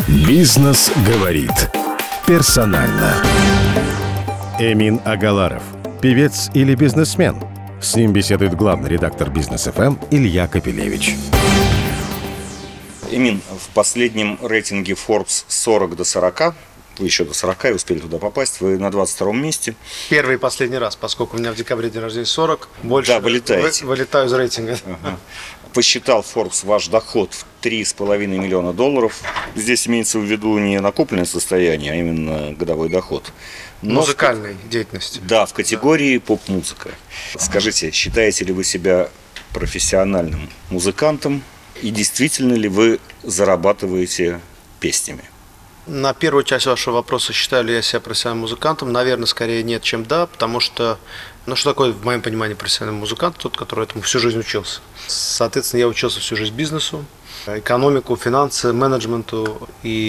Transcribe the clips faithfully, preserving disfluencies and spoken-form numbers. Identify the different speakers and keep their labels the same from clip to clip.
Speaker 1: Бизнес говорит персонально. Эмин Агаларов, певец или бизнесмен? С ним беседует главный редактор Бизнес эф эм Илья Капелевич.
Speaker 2: Эмин, в последнем рейтинге Forbes сорок до сорока, вы еще до сорока и успели туда попасть, вы на двадцать втором месте.
Speaker 3: Первый и последний раз, поскольку у меня в декабре день рождения сорок, больше
Speaker 2: да, вылетаете.
Speaker 3: Вы, вылетаю из рейтинга.
Speaker 2: Ага. Посчитал Forbes ваш доход в три с половиной миллиона долларов. Здесь имеется в виду не накопленное состояние, а именно годовой доход. Но
Speaker 3: музыкальной
Speaker 2: в...
Speaker 3: деятельности.
Speaker 2: Да, в категории да. Поп-музыка. Скажите, считаете ли вы себя профессиональным музыкантом? И действительно ли вы зарабатываете песнями?
Speaker 3: На первую часть вашего вопроса, считаю ли я себя профессиональным музыкантом, наверное, скорее нет, чем да, потому что, ну что такое, в моем понимании, профессиональный музыкант? Тот, который этому всю жизнь учился. Соответственно, я учился всю жизнь бизнесу, экономику, финансы, менеджменту,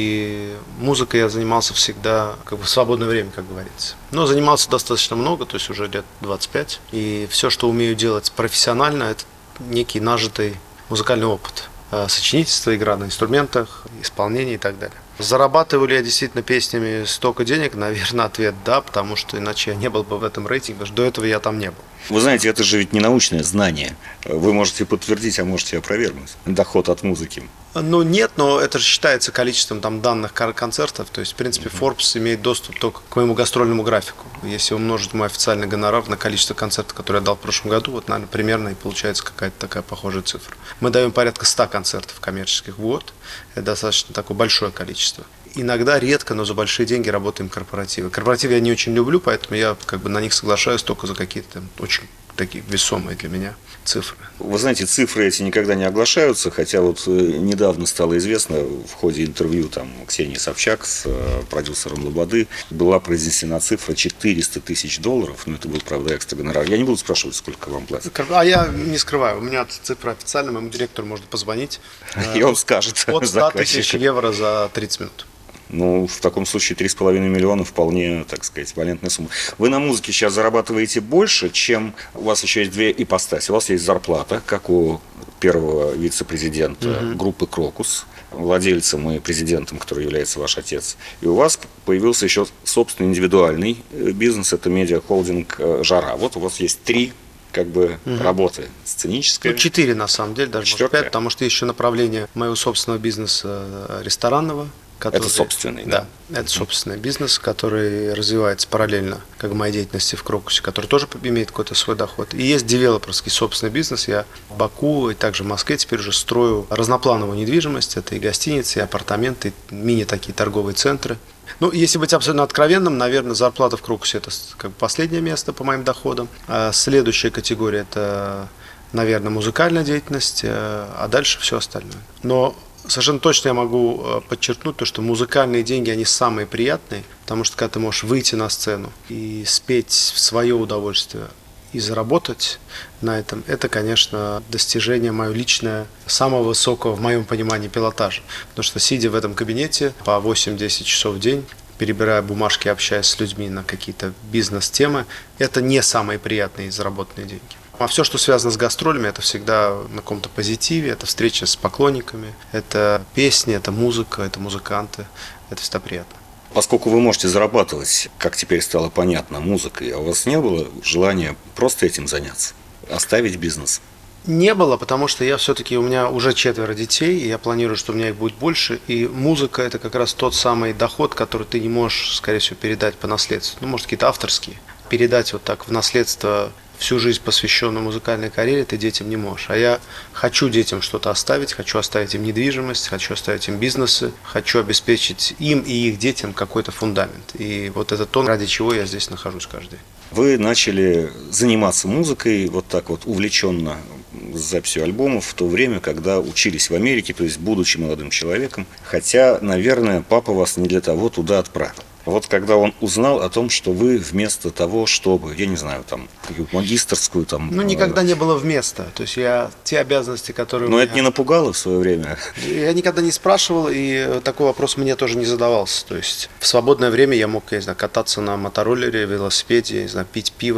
Speaker 3: и музыкой я занимался всегда как бы в свободное время, как говорится. Но занимался достаточно много, то есть уже лет двадцать пять, и все, что умею делать профессионально, это некий нажитый музыкальный опыт. Сочинительство, игра на инструментах, исполнение и так далее. Зарабатываю ли я действительно песнями столько денег? Наверное, ответ да, потому что иначе я не был бы в этом рейтинге, потому что до этого я там не был.
Speaker 2: Вы знаете, это же ведь не научное знание. Вы можете подтвердить, а можете опровергнуть доход от музыки.
Speaker 3: Ну нет, но это же считается количеством там данных концертов. То есть, в принципе, Forbes имеет доступ только к моему гастрольному графику. Если умножить мой официальный гонорар на количество концертов, которые я дал в прошлом году, вот, наверное, примерно и получается какая-то такая похожая цифра. Мы даем порядка ста концертов коммерческих в год. Это достаточно такое большое количество. Иногда, редко, но за большие деньги работаем корпоративы. Корпоративы я не очень люблю, поэтому я как бы на них соглашаюсь только за какие-то очень такие весомые для меня цифры.
Speaker 2: Вы знаете, цифры эти никогда не оглашаются, хотя вот недавно стало известно в ходе интервью там Ксении Собчак с продюсером Лободы была произнесена цифра четыреста тысяч долларов, но это был, правда, экстра гонорар. Я не буду спрашивать, сколько вам платят.
Speaker 3: А я не скрываю, у меня цифра официальная, моему директору можно позвонить.
Speaker 2: И он скажет.
Speaker 3: От ста тысяч евро за тридцать минут.
Speaker 2: Ну, в таком случае три с половиной миллиона вполне, так сказать, валентная сумма. Вы на музыке сейчас зарабатываете больше, чем у вас еще есть две ипостаси. У вас есть зарплата, как у первого вице-президента uh-huh. группы «Крокус», владельцем и президентом, который является ваш отец. И у вас появился еще собственный индивидуальный бизнес, это медиа-холдинг «Жара». Вот у вас есть три как бы угу. работы. Сценическая.
Speaker 3: Ну, четыре на самом деле, даже может пять, потому что есть еще направление моего собственного бизнеса ресторанного. Который,
Speaker 2: это собственный,
Speaker 3: да? Да, это собственный бизнес, который развивается параллельно как бы моей деятельности в Крокусе, который тоже имеет какой-то свой доход. И есть девелоперский собственный бизнес. Я в Баку и также в Москве теперь уже строю разноплановую недвижимость. Это и гостиницы, и апартаменты, и мини такие торговые центры. Ну, если быть абсолютно откровенным, наверное, зарплата в Крокусе – это как бы последнее место по моим доходам. А следующая категория – это, наверное, музыкальная деятельность, а дальше все остальное. Но совершенно точно я могу подчеркнуть то, что музыкальные деньги, они самые приятные, потому что когда ты можешь выйти на сцену и спеть в свое удовольствие и заработать на этом, это, конечно, достижение мое личное, самого высокого в моем понимании пилотажа. Потому что сидя в этом кабинете по восемь-десять часов в день, перебирая бумажки, общаясь с людьми на какие-то бизнес-темы, это не самые приятные заработанные деньги. А все, что связано с гастролями, это всегда на каком-то позитиве, это встреча с поклонниками, это песни, это музыка, это музыканты, это всегда приятно.
Speaker 2: Поскольку вы можете зарабатывать, как теперь стало понятно, музыкой, а у вас не было желания просто этим заняться, оставить бизнес?
Speaker 3: Не было, потому что я все-таки, у меня уже четверо детей, и я планирую, что у меня их будет больше, и музыка – это как раз тот самый доход, который ты не можешь, скорее всего, передать по наследству. Ну, может, какие-то авторские. Передать вот так в наследство всю жизнь, посвященную музыкальной карьере, ты детям не можешь. А я хочу детям что-то оставить, хочу оставить им недвижимость, хочу оставить им бизнесы, хочу обеспечить им и их детям какой-то фундамент. И вот это то, ради чего я здесь нахожусь каждый день.
Speaker 2: Вы начали заниматься музыкой вот так вот увлеченно с записью альбомов в то время, когда учились в Америке, то есть будучи молодым человеком, хотя, наверное, папа вас не для того туда отправил. Вот когда он узнал о том, что вы вместо того, чтобы, я не знаю, там, какую-то магистерскую там...
Speaker 3: Ну, никогда не было вместо. То есть я те обязанности, которые...
Speaker 2: Но
Speaker 3: меня...
Speaker 2: это не напугало в свое время?
Speaker 3: Я никогда не спрашивал, и такой вопрос мне тоже не задавался. То есть в свободное время я мог, я не знаю, кататься на мотороллере, велосипеде, я не знаю, пить пиво,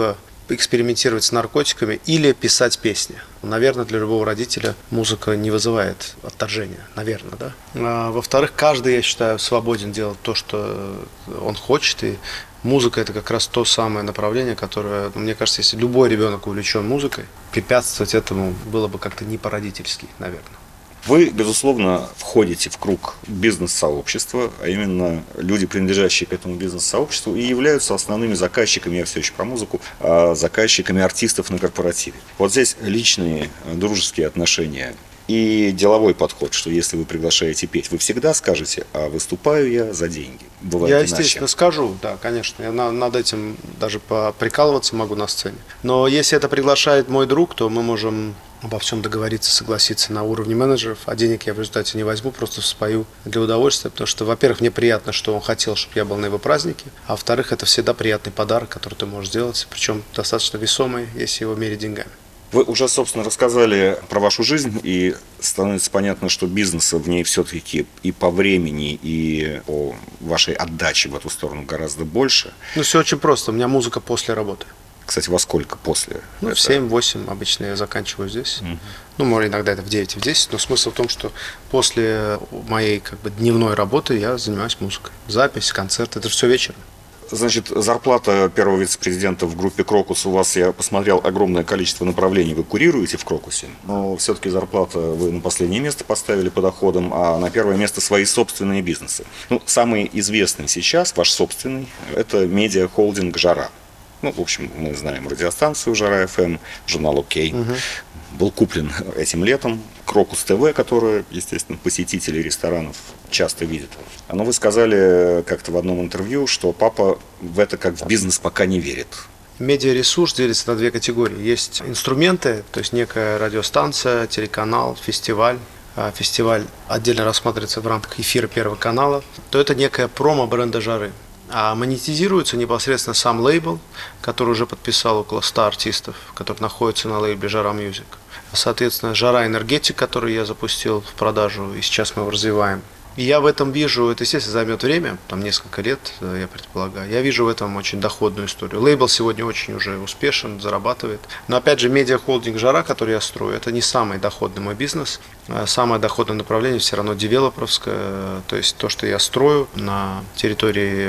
Speaker 3: экспериментировать с наркотиками или писать песни. Наверное, для любого родителя музыка не вызывает отторжения, наверное, да. А, во-вторых, каждый, я считаю, свободен делать то, что он хочет, и музыка – это как раз то самое направление, которое, мне кажется, если любой ребенок увлечен музыкой, препятствовать этому было бы как-то не по-родительски, наверное.
Speaker 2: Вы, безусловно, входите в круг бизнес-сообщества, а именно люди, принадлежащие к этому бизнес-сообществу, и являются основными заказчиками, я все еще про музыку, заказчиками артистов на корпоративе. Вот здесь личные дружеские отношения и деловой подход, что если вы приглашаете петь, вы всегда скажете, а выступаю я за деньги. Бывает
Speaker 3: я,
Speaker 2: иначе.
Speaker 3: Естественно, скажу, да, конечно. Я на, над этим даже поприкалываться могу на сцене. Но если это приглашает мой друг, то мы можем обо всем договориться, согласиться на уровне менеджеров, а денег я в результате не возьму, просто спою для удовольствия, потому что, во-первых, мне приятно, что он хотел, чтобы я был на его празднике, а во-вторых, это всегда приятный подарок, который ты можешь сделать, причем достаточно весомый, если его мерить деньгами.
Speaker 2: Вы уже, собственно, рассказали про вашу жизнь, и становится понятно, что бизнеса в ней все-таки и по времени, и по вашей отдаче в эту сторону гораздо больше.
Speaker 3: Ну, все очень просто. У меня музыка после работы.
Speaker 2: Кстати, во сколько после?
Speaker 3: Ну, в семь-восемь обычно я заканчиваю здесь. Угу. Ну, может, иногда это в девять, в десять. Но смысл в том, что после моей как бы дневной работы я занимаюсь музыкой. Запись, концерт, это же все вечером.
Speaker 2: Значит, зарплата первого вице-президента в группе «Крокус» у вас, я посмотрел, огромное количество направлений вы курируете в «Крокусе», но все-таки зарплата вы на последнее место поставили по доходам, а на первое место свои собственные бизнесы. Ну, самый известный сейчас, ваш собственный, это медиа-холдинг «Жара». Ну, в общем, мы знаем радиостанцию «Жара эф эм», журнал «Окей». Угу. Был куплен этим летом «Крокус ТВ», который, естественно, посетители ресторанов часто видят. Но вы сказали как-то в одном интервью, что папа в это как в бизнес пока не верит.
Speaker 3: Медиаресурс делится на две категории. Есть инструменты, то есть некая радиостанция, телеканал, фестиваль. Фестиваль отдельно рассматривается в рамках эфира Первого канала. То это некая промо бренда «Жары». А монетизируется непосредственно сам лейбл, который уже подписал около ста артистов, который находится на лейбле «Жара Мьюзик». Соответственно, «Жара Энергетик», который я запустил в продажу, и сейчас мы его развиваем. И я в этом вижу, это, естественно, займет время, там несколько лет, я предполагаю. Я вижу в этом очень доходную историю. Лейбл сегодня очень уже успешен, зарабатывает. Но опять же, медиа-холдинг «Жара», который я строю, это не самый доходный мой бизнес. Самое доходное направление все равно девелоперское, то есть то, что я строю на территории,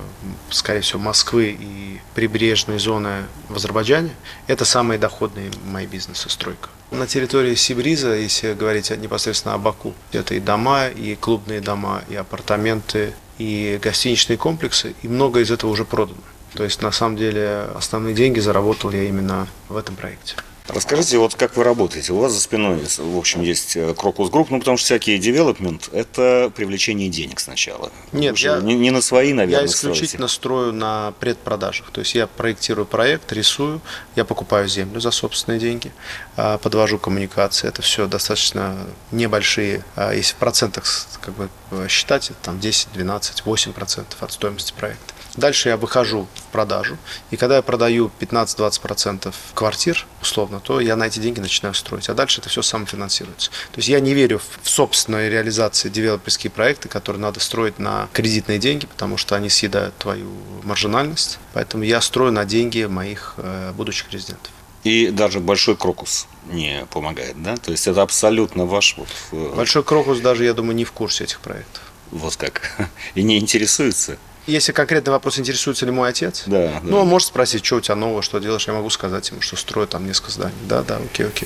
Speaker 3: скорее всего, Москвы и прибрежной зоны в Азербайджане, это самые доходные мои бизнесы, стройка. На территории Сибриза, если говорить непосредственно о Баку, это и дома, и клубные дома, и апартаменты, и гостиничные комплексы, и много из этого уже продано. То есть, на самом деле, основные деньги заработал я именно в этом проекте.
Speaker 2: Расскажите, вот как вы работаете? У вас за спиной, в общем, есть Крокус Групп, ну, потому что всякий девелопмент – это привлечение денег сначала.
Speaker 3: Нет, я,
Speaker 2: не, не на свои, наверное,
Speaker 3: я исключительно
Speaker 2: строите.
Speaker 3: строю на предпродажах. То есть, я проектирую проект, рисую, я покупаю землю за собственные деньги, подвожу коммуникации. Это все достаточно небольшие, если в процентах как бы считать, это там десять, двенадцать, восемь процентов от стоимости проекта. Дальше я выхожу в продажу, и когда я продаю пятнадцать-двадцать процентов квартир, условно, то я на эти деньги начинаю строить, а дальше это все самофинансируется. То есть я не верю в собственной реализации девелоперские проекты, которые надо строить на кредитные деньги, потому что они съедают твою маржинальность, поэтому я строю на деньги моих э, будущих резидентов.
Speaker 2: И даже Большой Крокус не помогает, да? То есть это абсолютно ваш... Вот...
Speaker 3: Большой Крокус даже, я думаю, не в курсе этих проектов.
Speaker 2: Вот как? И не интересуется?
Speaker 3: Если конкретный вопрос, интересуется ли мой отец,
Speaker 2: да,
Speaker 3: ну,
Speaker 2: да.
Speaker 3: Он может спросить, что у тебя нового, что делаешь, я могу сказать ему, что строю там несколько зданий. Да, да, окей, окей.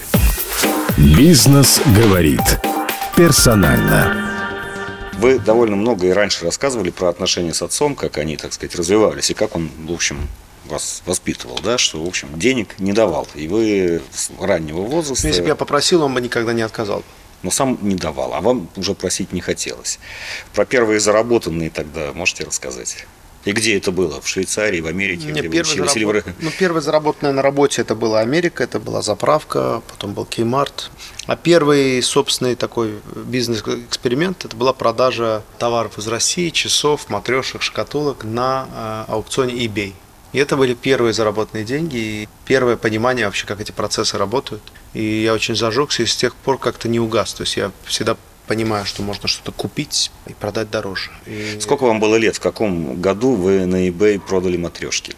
Speaker 1: Бизнес говорит персонально.
Speaker 2: Вы довольно много и раньше рассказывали про отношения с отцом, как они, так сказать, развивались, и как он, в общем, вас воспитывал, да, что, в общем, денег не давал, и вы с раннего возраста...
Speaker 3: Если бы я попросил, он бы никогда не отказал.
Speaker 2: Но сам не давал, а вам уже просить не хотелось. Про первые заработанные тогда можете рассказать? И где это было? В Швейцарии, в Америке?
Speaker 3: Мне
Speaker 2: где
Speaker 3: первый,
Speaker 2: вы
Speaker 3: заработ... ну, первый заработанное на работе это была Америка, это была заправка, потом был Кеймарт. А первый собственный такой бизнес-эксперимент это была продажа товаров из России, часов, матрешек, шкатулок на э, аукционе eBay. И это были первые заработанные деньги и первое понимание вообще, как эти процессы работают. И я очень зажегся и с тех пор как-то не угас. То есть я всегда понимаю, что можно что-то купить и продать дороже. И...
Speaker 2: Сколько вам было лет? В каком году вы на eBay продали матрешки?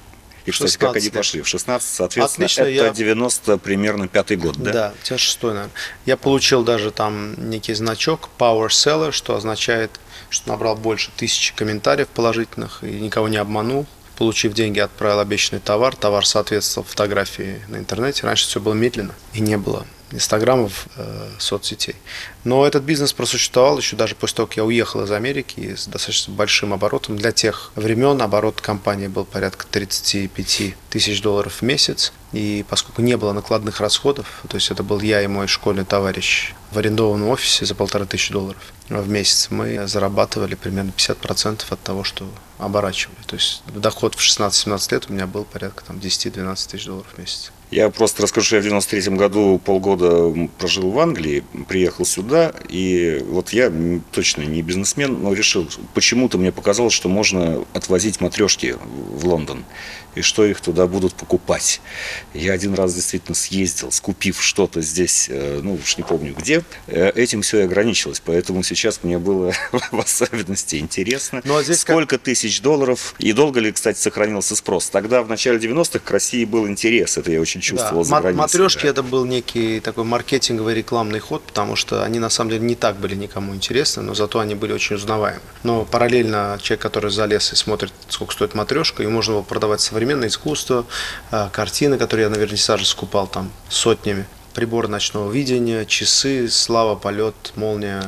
Speaker 2: И, кстати, как они
Speaker 3: лет.
Speaker 2: пошли? В шестнадцать, соответственно,
Speaker 3: Отлично,
Speaker 2: это
Speaker 3: я...
Speaker 2: девяносто примерно пятый год, да?
Speaker 3: Да, у тебя шестой, наверное. Я получил даже там некий значок Power Seller, что означает, что набрал больше тысячи комментариев положительных и никого не обманул. Получив деньги, отправил обещанный товар. Товар соответствовал фотографии на интернете. Раньше все было медленно и не было инстаграмов, э, соцсетей. Но этот бизнес просуществовал еще даже после того, как я уехал из Америки с достаточно большим оборотом. Для тех времен оборот компании был порядка тридцать пять тысяч долларов в месяц. И поскольку не было накладных расходов, то есть это был я и мой школьный товарищ в арендованном офисе за полторы тысячи долларов в месяц, мы зарабатывали примерно пятьдесят процентов от того, что оборачивали. То есть доход в шестнадцать-семнадцать лет у меня был порядка там, десять-двенадцать тысяч долларов в месяц.
Speaker 2: Я просто расскажу, что я в девяносто третьем году полгода прожил в Англии, приехал сюда, и вот я точно не бизнесмен, но решил, почему-то мне показалось, что можно отвозить матрешки в Лондон, и что их туда будут покупать. Я один раз действительно съездил, скупив что-то здесь, ну уж не помню где, этим все и ограничилось, поэтому сейчас мне было в особенности интересно,
Speaker 3: ну, а здесь
Speaker 2: сколько
Speaker 3: как...
Speaker 2: тысяч долларов, и долго ли, кстати, сохранился спрос. Тогда, в начале девяностых, к России был интерес, это я очень чувствовал, да, за границей.
Speaker 3: Матрешки,
Speaker 2: да.
Speaker 3: Это был некий такой маркетинговый рекламный ход, потому что они на самом деле не так были никому интересны, но зато они были очень узнаваемы. Но параллельно человек, который залез и смотрит, сколько стоит матрешка, и можно было продавать современное искусство, картины, которые я наверняка же скупал там сотнями, приборы ночного видения, часы, Слава, Полет, Молния,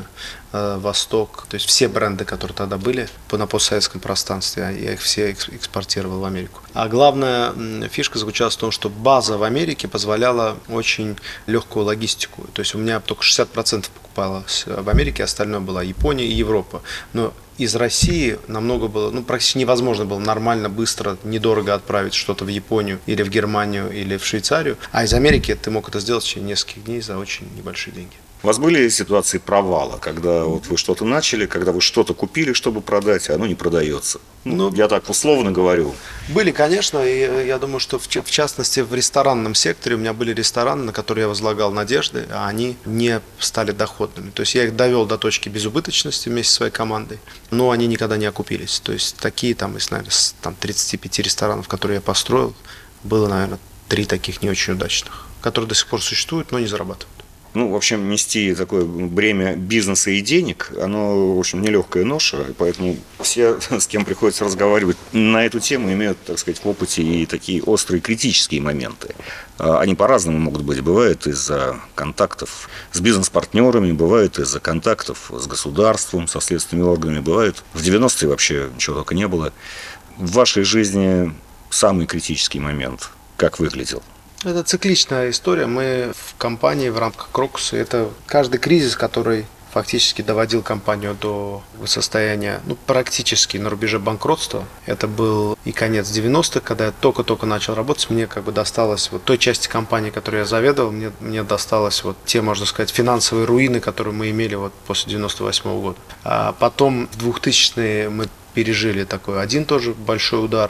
Speaker 3: Восток, то есть все бренды, которые тогда были на постсоветском пространстве, я их все экспортировал в Америку. А главная фишка заключалась в том, что база в Америке позволяла очень легкую логистику. То есть у меня только шестьдесят процентов покупалось в Америке, остальное была Япония и Европа. Но из России намного было, ну, практически невозможно было нормально, быстро, недорого отправить что-то в Японию или в Германию или в Швейцарию. А из Америки ты мог это сделать в течение нескольких дней за очень небольшие деньги.
Speaker 2: У вас были ситуации провала, когда вот вы что-то начали, когда вы что-то купили, чтобы продать, а оно не продается? Ну, я так условно говорю.
Speaker 3: Были, конечно, и я думаю, что в, в частности в ресторанном секторе у меня были рестораны, на которые я возлагал надежды, а они не стали доходными. То есть я их довел до точки безубыточности вместе со своей командой, но они никогда не окупились. То есть такие там из, наверное, там, тридцати пяти ресторанов, которые я построил, было, наверное, три таких не очень удачных, которые до сих пор существуют, но не зарабатывают.
Speaker 2: Ну, в общем, нести такое бремя бизнеса и денег, оно, в общем, нелегкая ноша, поэтому все, с кем приходится разговаривать на эту тему, имеют, так сказать, в опыте и такие острые критические моменты. Они по-разному могут быть. Бывает из-за контактов с бизнес-партнерами, бывает из-за контактов с государством, со следственными органами, бывает в девяностые вообще ничего только не было. В вашей жизни самый критический момент как выглядел?
Speaker 3: Это цикличная история. Мы в компании в рамках Крокуса, это каждый кризис, который фактически доводил компанию до состояния, ну, практически на рубеже банкротства. Это был и конец девяностых, когда я только-только начал работать, мне как бы досталось вот той части компании, которой я заведовал, мне, мне досталось вот те, можно сказать, финансовые руины, которые мы имели вот после девяносто восьмого года. А потом в двухтысячные мы пережили такой один тоже большой удар.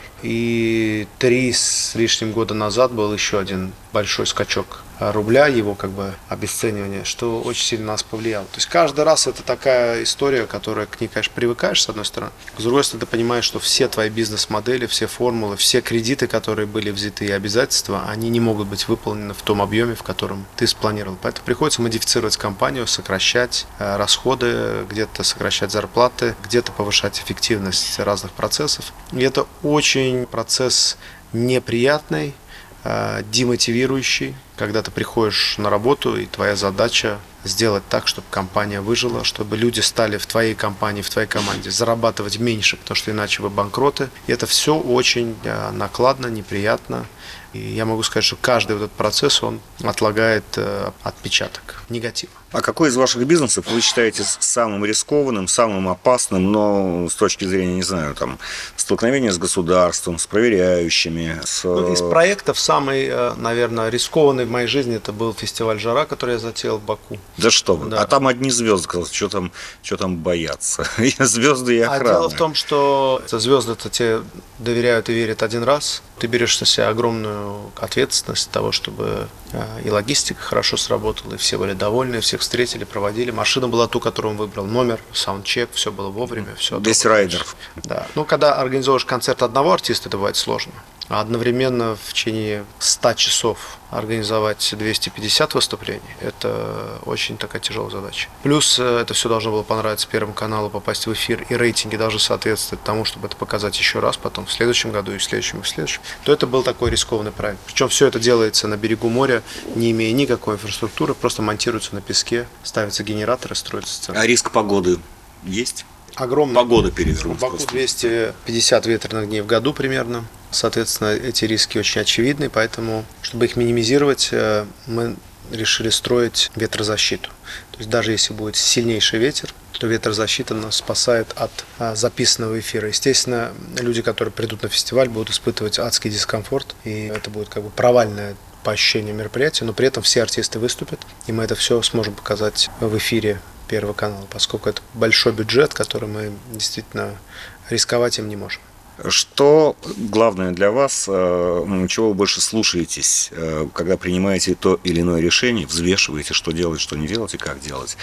Speaker 3: И три с лишним года назад был еще один большой скачок рубля, его как бы обесценивание, что очень сильно нас повлияло. То есть каждый раз это такая история, которая к ней, конечно, привыкаешь, с одной стороны. С другой стороны, ты понимаешь, что все твои бизнес-модели, все формулы, все кредиты, которые были взяты, и обязательства, они не могут быть выполнены в том объеме, в котором ты спланировал. Поэтому приходится модифицировать компанию, сокращать расходы, где-то сокращать зарплаты, где-то повышать эффективность разных процессов. И это очень процесс неприятный, демотивирующий, когда ты приходишь на работу, и твоя задача сделать так, чтобы компания выжила, чтобы люди стали в твоей компании, в твоей команде зарабатывать меньше, потому что иначе вы банкроты. И это все очень накладно, неприятно. И я могу сказать, что каждый вот этот процесс, он отлагает отпечаток негатива.
Speaker 2: А какой из ваших бизнесов вы считаете самым рискованным, самым опасным, но с точки зрения, не знаю, там, столкновения с государством, с проверяющими? С...
Speaker 3: Ну, из проектов самый, наверное, рискованный в моей жизни это был фестиваль «Жара», который я затеял в Баку.
Speaker 2: Да что вы,
Speaker 3: да.
Speaker 2: А там одни звезды, что там, что там бояться? Звезды и охрана.
Speaker 3: А дело в том, что звезды-то тебе доверяют и верят один раз. Ты берешь на себя огромную ответственность того, чтобы и логистика хорошо сработала, и все были довольны, всех встретили, проводили. Машина была ту, которую он выбрал, номер, саундчек, все было вовремя. Все
Speaker 2: без райдеров.
Speaker 3: Да. Ну, когда организовываешь концерт одного артиста, это бывает сложно. А одновременно в течение ста часов организовать двести пятьдесят выступлений – это очень такая тяжелая задача. Плюс это все должно было понравиться Первому каналу, попасть в эфир, и рейтинги должны соответствовать тому, чтобы это показать еще раз потом в следующем году, и в следующем, и в следующем. То это был такой рискованный проект. Причем все это делается на берегу моря, не имея никакой инфраструктуры, просто монтируется на песке, ставятся генераторы, строятся сцены.
Speaker 2: А риск погоды есть?
Speaker 3: Огромный.
Speaker 2: Погода перевернуть.
Speaker 3: В Баку двести пятьдесят ветреных дней в году примерно. Соответственно, эти риски очень очевидны, поэтому, чтобы их минимизировать, мы решили строить ветрозащиту. То есть даже если будет сильнейший ветер, то ветрозащита нас спасает от записанного эфира. Естественно, люди, которые придут на фестиваль, будут испытывать адский дискомфорт, и это будет как бы провальное по ощущению мероприятия, но при этом все артисты выступят, и мы это все сможем показать в эфире Первого канала, поскольку это большой бюджет, который мы действительно рисковать им не можем.
Speaker 2: Что главное для вас, чего вы больше слушаетесь, когда принимаете то или иное решение, взвешиваете, что делать, что не делать и как делать?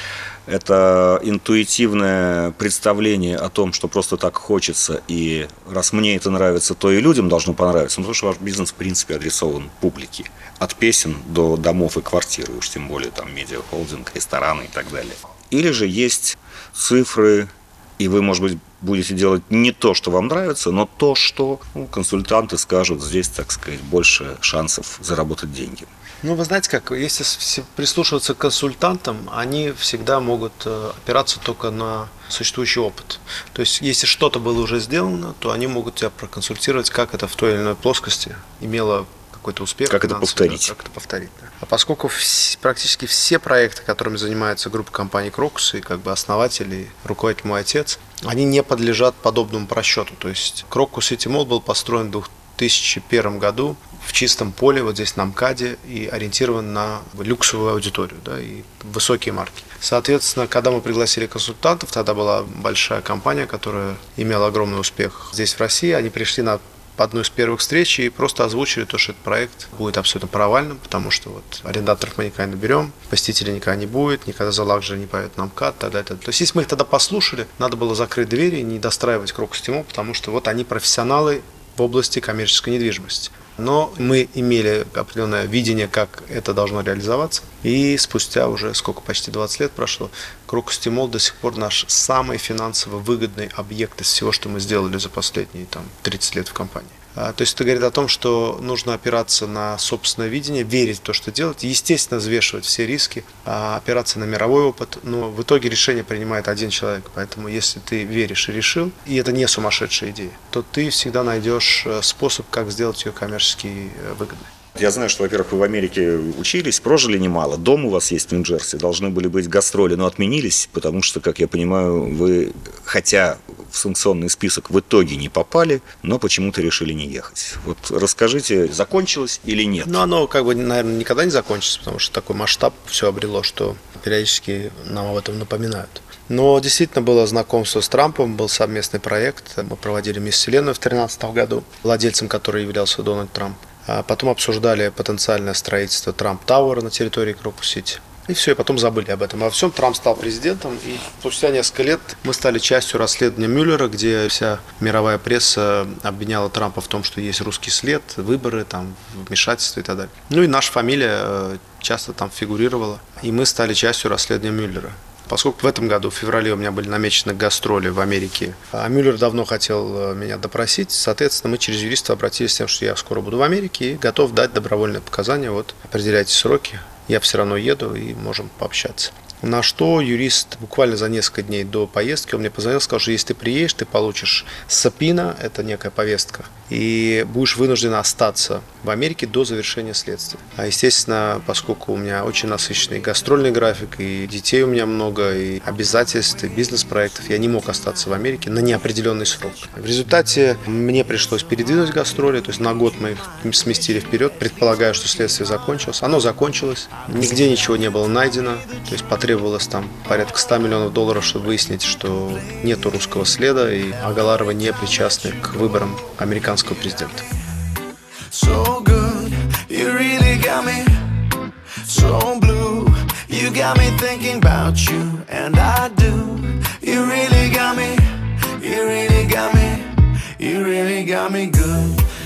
Speaker 2: Это интуитивное представление о том, что просто так хочется, и раз мне это нравится, то и людям должно понравиться, ну, потому что ваш бизнес, в принципе, адресован публике. От песен до домов и квартир, уж тем более там медиахолдинг, рестораны и так далее. Или же есть цифры, и вы, может быть, будете делать не то, что вам нравится, но то, что ну, консультанты скажут, здесь, так сказать, больше шансов заработать деньги.
Speaker 3: Ну, вы знаете как, если прислушиваться к консультантам, они всегда могут опираться только на существующий опыт. То есть, если что-то было уже сделано, то они могут тебя проконсультировать, как это в той или иной плоскости имело какой-то успех.
Speaker 2: Как это повторить.
Speaker 3: Как это повторить, да. А поскольку вс- практически все проекты, которыми занимается группа компаний Крокус, и как бы основатель и руководитель мой отец, они не подлежат подобному просчету. То есть Крокус City Mall был построен в две тысячи первом году в чистом поле, вот здесь на МКАДе, и ориентирован на люксовую аудиторию, да, и высокие марки. Соответственно, когда мы пригласили консультантов, тогда была большая компания, которая имела огромный успех здесь, в России, они пришли на одну из первых встреч и просто озвучили то, что этот проект будет абсолютно провальным, потому что вот арендаторов мы никогда не берем, посетителей никогда не будет, никогда за лакшери не появится на МКАД, тогда это. То есть, если мы их тогда послушали, надо было закрыть двери и не достраивать Крокус City Mall, потому что вот они профессионалы в области коммерческой недвижимости. Но мы имели определенное видение, как это должно реализоваться. И спустя уже сколько, почти двадцать лет прошло, Крокус City Mall до сих пор наш самый финансово выгодный объект из всего, что мы сделали за последние там, тридцать лет в компании. То есть это говорит о том, что нужно опираться на собственное видение, верить в то, что делать, естественно, взвешивать все риски, опираться на мировой опыт, но в итоге решение принимает один человек. Поэтому если ты веришь и решил, и это не сумасшедшая идея, то ты всегда найдешь способ, как сделать ее коммерчески выгодной.
Speaker 2: Я знаю, что, во-первых, вы в Америке учились, прожили немало, дом у вас есть в Нью-Джерси, должны были быть гастроли, но отменились, потому что, как я понимаю, вы, хотя в санкционный список в итоге не попали, но почему-то решили не ехать. Вот расскажите, закончилось или нет?
Speaker 3: Ну, оно, как бы, наверное, никогда не закончится, потому что такой масштаб все обрело, что периодически нам об этом напоминают. Но действительно было знакомство с Трампом, был совместный проект, мы проводили Мисс Вселенную в две тысячи тринадцатом году, владельцем которой являлся Дональд Трамп. А потом обсуждали потенциальное строительство Трамп Тауэра на территории Крокус Сити. И все, и потом забыли об этом. А во всем Трамп стал президентом, и спустя несколько лет мы стали частью расследования Мюллера, где вся мировая пресса обвиняла Трампа в том, что есть русский след, выборы, там, вмешательство и так далее. Ну и наша фамилия часто там фигурировала, и мы стали частью расследования Мюллера. Поскольку в этом году, в феврале, у меня были намечены гастроли в Америке, а Мюллер давно хотел меня допросить, соответственно, мы через юриста обратились с тем, что я скоро буду в Америке и готов дать добровольные показания, вот, определяйте сроки, я все равно еду и можем пообщаться. На что юрист буквально за несколько дней до поездки он мне позвонил, сказал, что если ты приедешь, ты получишь сабпина, это некая повестка, и будешь вынужден остаться в Америке до завершения следствия. А естественно, поскольку у меня очень насыщенный гастрольный график, и детей у меня много, и обязательств, и бизнес-проектов, я не мог остаться в Америке на неопределенный срок. В результате мне пришлось передвинуть гастроли, то есть на год мы их сместили вперед, предполагая, что следствие закончилось. Оно закончилось, нигде ничего не было найдено, то есть потребовалось там порядка ста миллионов долларов, чтобы выяснить, что нету русского следа, и Агаларова не причастны к выборам американского президента. So good, you really got me so blue. You got me thinking about you, and I do. You really got me, you really got me, you really got me good.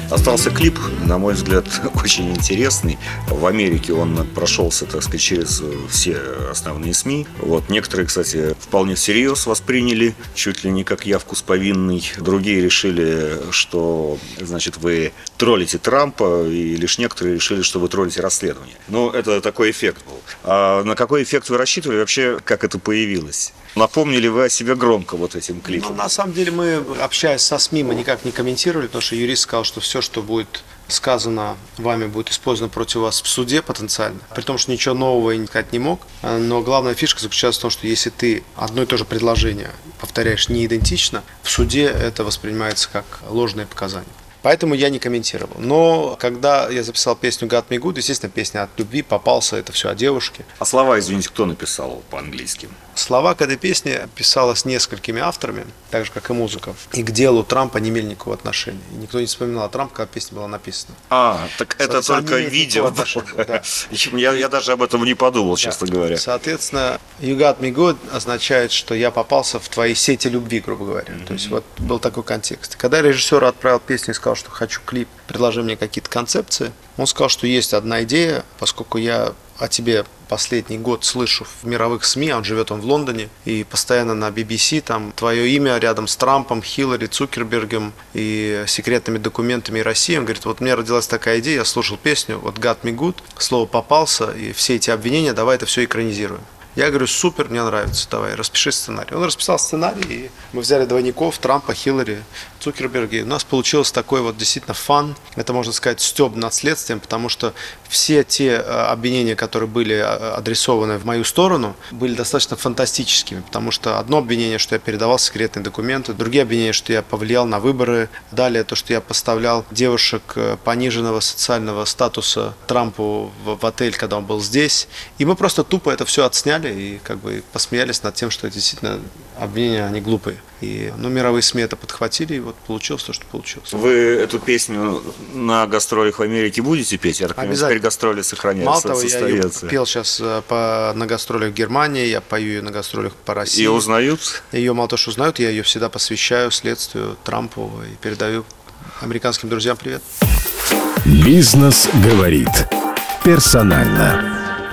Speaker 2: Остался клип, на мой взгляд, очень интересный. В Америке он прошелся, так сказать, через все основные СМИ. Вот. Некоторые, кстати, вполне всерьез восприняли, чуть ли не как явку с повинной. Другие решили, что, значит, вы троллите Трампа, и лишь некоторые решили, что вы троллите расследование. Ну, это такой эффект был. А на какой эффект вы рассчитывали вообще, как это появилось? Напомнили вы о себе громко вот этим клипом?
Speaker 3: Ну, на самом деле мы, общаясь со СМИ, мы никак не комментировали, потому что юрист сказал, что все, что будет сказано вами, будет использовано против вас в суде потенциально. При том, что ничего нового я сказать не мог. Но главная фишка заключается в том, что если ты одно и то же предложение повторяешь не идентично, в суде это воспринимается как ложные показания. Поэтому я не комментировал. Но когда я записал песню «Got Me Good», естественно, песня от любви, попался, это все о девушке.
Speaker 2: А слова, извините, кто написал по-английски?
Speaker 3: Слова к этой песне писалось несколькими авторами, так же, как и музыка. И к делу Трампа не имели никакого отношения. И никто не вспоминал о Трампе, когда песня была написана.
Speaker 2: А, так это только видео.
Speaker 3: Да.
Speaker 2: Я, я даже об этом не подумал, да. Честно говоря.
Speaker 3: Соответственно, «You got me good» означает, что я попался в твои сети любви, грубо говоря. Mm-hmm. То есть вот был такой контекст. Когда режиссер отправил песню и сказал, что хочу клип, предложи мне какие-то концепции, он сказал, что есть одна идея, поскольку я о тебе последний год слышу в мировых СМИ, он живет он в Лондоне, и постоянно на би би си там твое имя рядом с Трампом, Хиллари, Цукербергом и секретными документами и Россией. Он говорит, вот у меня родилась такая идея, я слушал песню, вот «Got me good», слово попался, и все эти обвинения, давай это все экранизируем. Я говорю, супер, мне нравится, давай, распиши сценарий. Он расписал сценарий, и мы взяли двойников, Трампа, Хиллари, Цукерберга. И у нас получилось такой вот действительно фан, это, можно сказать, стёб над следствием, потому что все те обвинения, которые были адресованы в мою сторону, были достаточно фантастическими, потому что одно обвинение, что я передавал секретные документы, другие обвинения, что я повлиял на выборы, далее то, что я поставлял девушек пониженного социального статуса Трампу в, в отель, когда он был здесь. И мы просто тупо это все отсняли и как бы посмеялись над тем, что действительно обвинения, они глупые. И, ну, мировые СМИ это подхватили, и вот получилось то, что получилось.
Speaker 2: Вы эту песню на гастролях в Америке будете петь? Я так понимаю, теперь гастроли сохраняются,
Speaker 3: Мало того,
Speaker 2: состоятся.
Speaker 3: Я ее пел сейчас по, на гастролях в Германии, я пою ее на гастролях по России.
Speaker 2: Ее узнают?
Speaker 3: Ее мало того, что узнают, я ее всегда посвящаю следствию Трампу и передаю американским друзьям привет.
Speaker 1: Бизнес говорит персонально.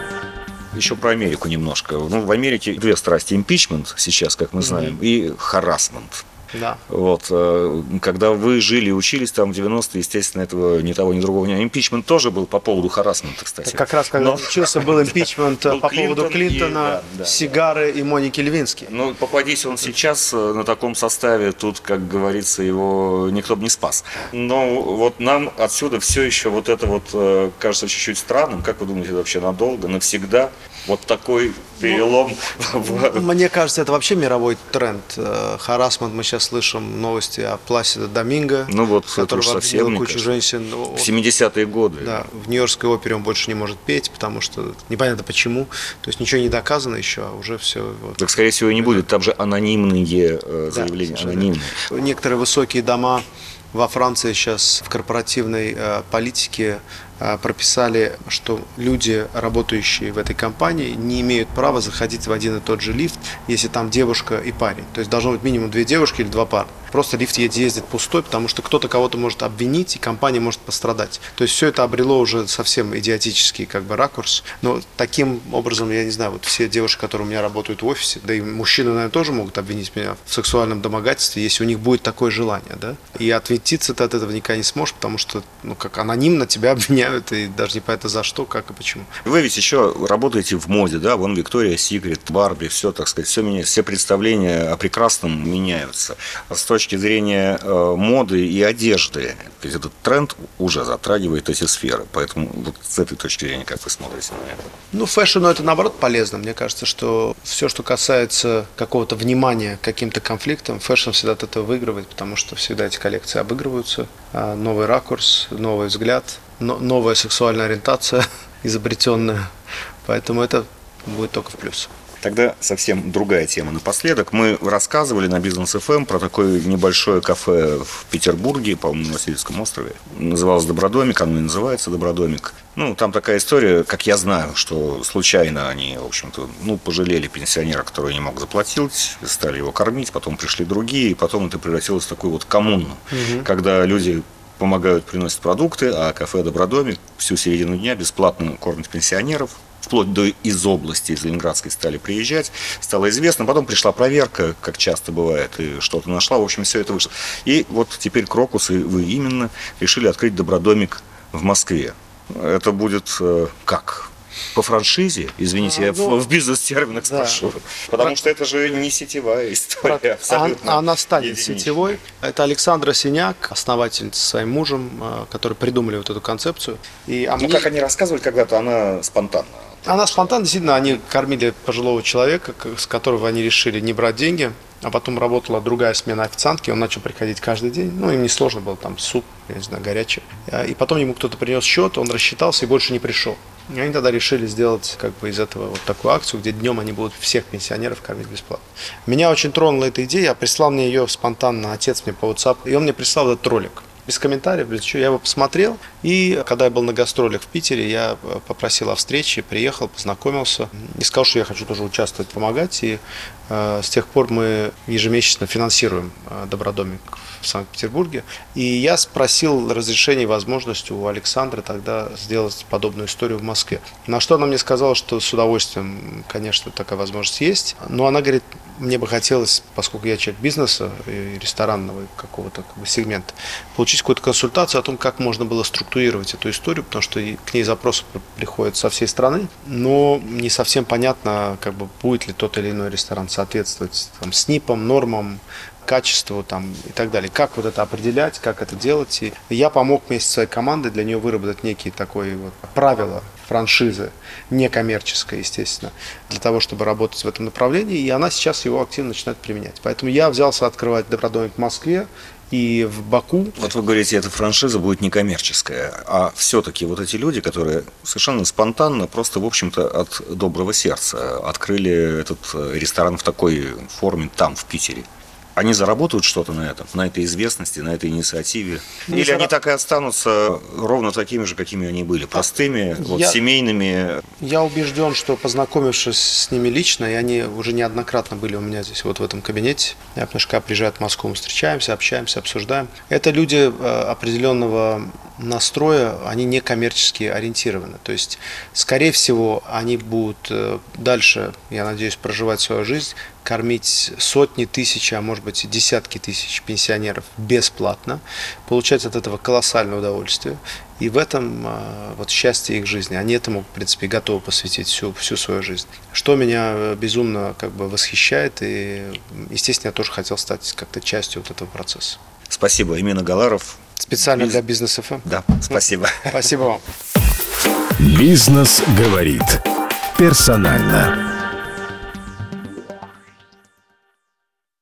Speaker 2: Еще про Америку немножко. Ну, в Америке две страсти: импичмент сейчас, как мы знаем, mm-hmm. и харассмент.
Speaker 3: Да.
Speaker 2: Вот, когда вы жили и учились там в девяностые, естественно, этого ни того, ни другого не. Импичмент тоже был по поводу харассмента, кстати.
Speaker 3: Как раз когда Но... учился, был импичмент по поводу Клинтона,
Speaker 2: и, да, да,
Speaker 3: Сигары да. и Моники Левински.
Speaker 2: Ну, попадись он сейчас на таком составе, тут, как говорится, его никто бы не спас. Но вот нам отсюда все еще вот это вот кажется чуть-чуть странным. Как вы думаете, вообще надолго, навсегда? Вот такой перелом.
Speaker 3: Ну, мне кажется, это вообще мировой тренд. Харассмент, мы сейчас слышим новости о Пласидо Доминго,
Speaker 2: ну вот,
Speaker 3: который
Speaker 2: совсем
Speaker 3: кучу женщин.
Speaker 2: В семидесятые годы.
Speaker 3: Да, в Нью-Йоркской опере он больше не может петь, потому что непонятно почему. То есть ничего не доказано еще, а уже все. Вот.
Speaker 2: Так, скорее всего, и не будет. Там же анонимные э, заявления. Да, анонимные.
Speaker 3: Некоторые высокие дома во Франции сейчас в корпоративной э, политике э, прописали, что люди, работающие в этой компании, не имеют права заходить в один и тот же лифт, если там девушка и парень. То есть должно быть минимум две девушки или два парня. Просто лифт ездит пустой, потому что кто-то кого-то может обвинить, и компания может пострадать. То есть все это обрело уже совсем идиотический как бы ракурс. Но таким образом, я не знаю, вот все девушки, которые у меня работают в офисе, да и мужчины, наверное, тоже могут обвинить меня в сексуальном домогательстве, если у них будет такое желание, да. И ответиться ты от этого никогда не сможешь, потому что, ну, как анонимно тебя обвиняют, и даже непонятно за что, как и почему.
Speaker 2: Вы ведь еще работаете в моде, да? Вон Виктория Секрет, Барби, все, так сказать, все меняется, все представления о прекрасном меняются. С точки зрения э, моды и одежды, то есть этот тренд уже затрагивает эти сферы. Поэтому вот с этой точки зрения, как вы смотрите на это?
Speaker 3: Ну, фэшну это наоборот полезно. Мне кажется, что все, что касается какого-то внимания к каким-то конфликтам, фэшн всегда от этого выигрывает, потому что всегда эти коллекции обыгрываются. Новый ракурс, новый взгляд, но, новая сексуальная ориентация изобретенная. Поэтому это будет только в плюс.
Speaker 2: Тогда совсем другая тема напоследок. Мы рассказывали на Бизнес эф эм про такое небольшое кафе в Петербурге, по-моему, на Васильевском острове. Называлось «Добродомик», оно и называется «Добродомик». Ну, там такая история, как я знаю, что случайно они, в общем-то, ну, пожалели пенсионера, который не мог заплатить, стали его кормить, потом пришли другие, и потом это превратилось в такую вот коммуну, угу. когда люди помогают, приносят продукты, а кафе «Добродомик» всю середину дня бесплатно кормит пенсионеров. Вплоть до из области, из Ленинградской стали приезжать, стало известно. Потом пришла проверка, как часто бывает, и что-то нашла. В общем, все это вышло. И вот теперь Крокус и вы именно решили открыть «Добродомик» в Москве. Это будет э, как? По франшизе? Извините, а, я ну, в, в бизнес-терминах да. спрошу. Потому Про... что это же не сетевая история. Про... Абсолютно
Speaker 3: а, она станет единичная. Сетевой. Это Александра Синяк, основатель со своим мужем, которые придумали вот эту концепцию. И, а
Speaker 2: ну, мне... как они рассказывали когда-то, она спонтанно.
Speaker 3: Она спонтанно, действительно, они кормили пожилого человека, с которого они решили не брать деньги, а потом работала другая смена официантки, он начал приходить каждый день, ну, им несложно было, там, суп, я не знаю, горячий. И потом ему кто-то принес счет, он рассчитался и больше не пришел. И они тогда решили сделать, как бы, из этого вот такую акцию, где днем они будут всех пенсионеров кормить бесплатно. Меня очень тронула эта идея, прислал мне ее спонтанно, отец мне по WhatsApp, и он мне прислал этот ролик. Без комментариев, без чего. Я его посмотрел, и когда я был на гастролях в Питере, я попросил о встрече, приехал, познакомился и сказал, что я хочу тоже участвовать, помогать. И э, с тех пор мы ежемесячно финансируем э, «Добродомик» в Санкт-Петербурге. И я спросил разрешения и возможность у Александры тогда сделать подобную историю в Москве. На что она мне сказала, что с удовольствием, конечно, такая возможность есть. Но она говорит, мне бы хотелось, поскольку я человек бизнеса и ресторанного какого-то как бы сегмента, получить какую-то консультацию о том, как можно было структурировать эту историю, потому что к ней запросы приходят со всей страны, но не совсем понятно, как бы, будет ли тот или иной ресторан соответствовать там, СНИПам, нормам, качеству там, и так далее. Как вот это определять, как это делать. И я помог вместе со своей командой для нее выработать некие такое вот правила франшизы, некоммерческая, естественно, для того, чтобы работать в этом направлении, и она сейчас его активно начинает применять. Поэтому я взялся открывать «Добродомик» в Москве и в Баку.
Speaker 2: Вот вы говорите, эта франшиза будет некоммерческая, а все-таки вот эти люди, которые совершенно спонтанно, просто, в общем-то, от доброго сердца открыли этот ресторан в такой форме там, в Питере, они заработают что-то на этом, на этой известности, на этой инициативе? Не Или зара... они так и останутся ровно такими же, какими они были, простыми, вот, я... семейными?
Speaker 3: Я убежден, что, познакомившись с ними лично, и они уже неоднократно были у меня здесь, вот в этом кабинете, я, потому что когда приезжают в Москву, мы встречаемся, общаемся, обсуждаем. Это люди определенного настроя, они не коммерчески ориентированы. То есть, скорее всего, они будут дальше, я надеюсь, проживать свою жизнь, кормить сотни тысяч, а может быть и десятки тысяч пенсионеров бесплатно, получать от этого колоссальное удовольствие. И в этом вот счастье их жизни. Они этому, в принципе, готовы посвятить всю, всю свою жизнь. Что меня безумно как бы восхищает, и, естественно, я тоже хотел стать как-то частью вот этого процесса.
Speaker 2: Спасибо. Эмин Агаларов.
Speaker 3: Специально Биз... для Бизнес эф эм.
Speaker 2: Да, спасибо.
Speaker 3: Спасибо вам.
Speaker 1: Бизнес говорит персонально.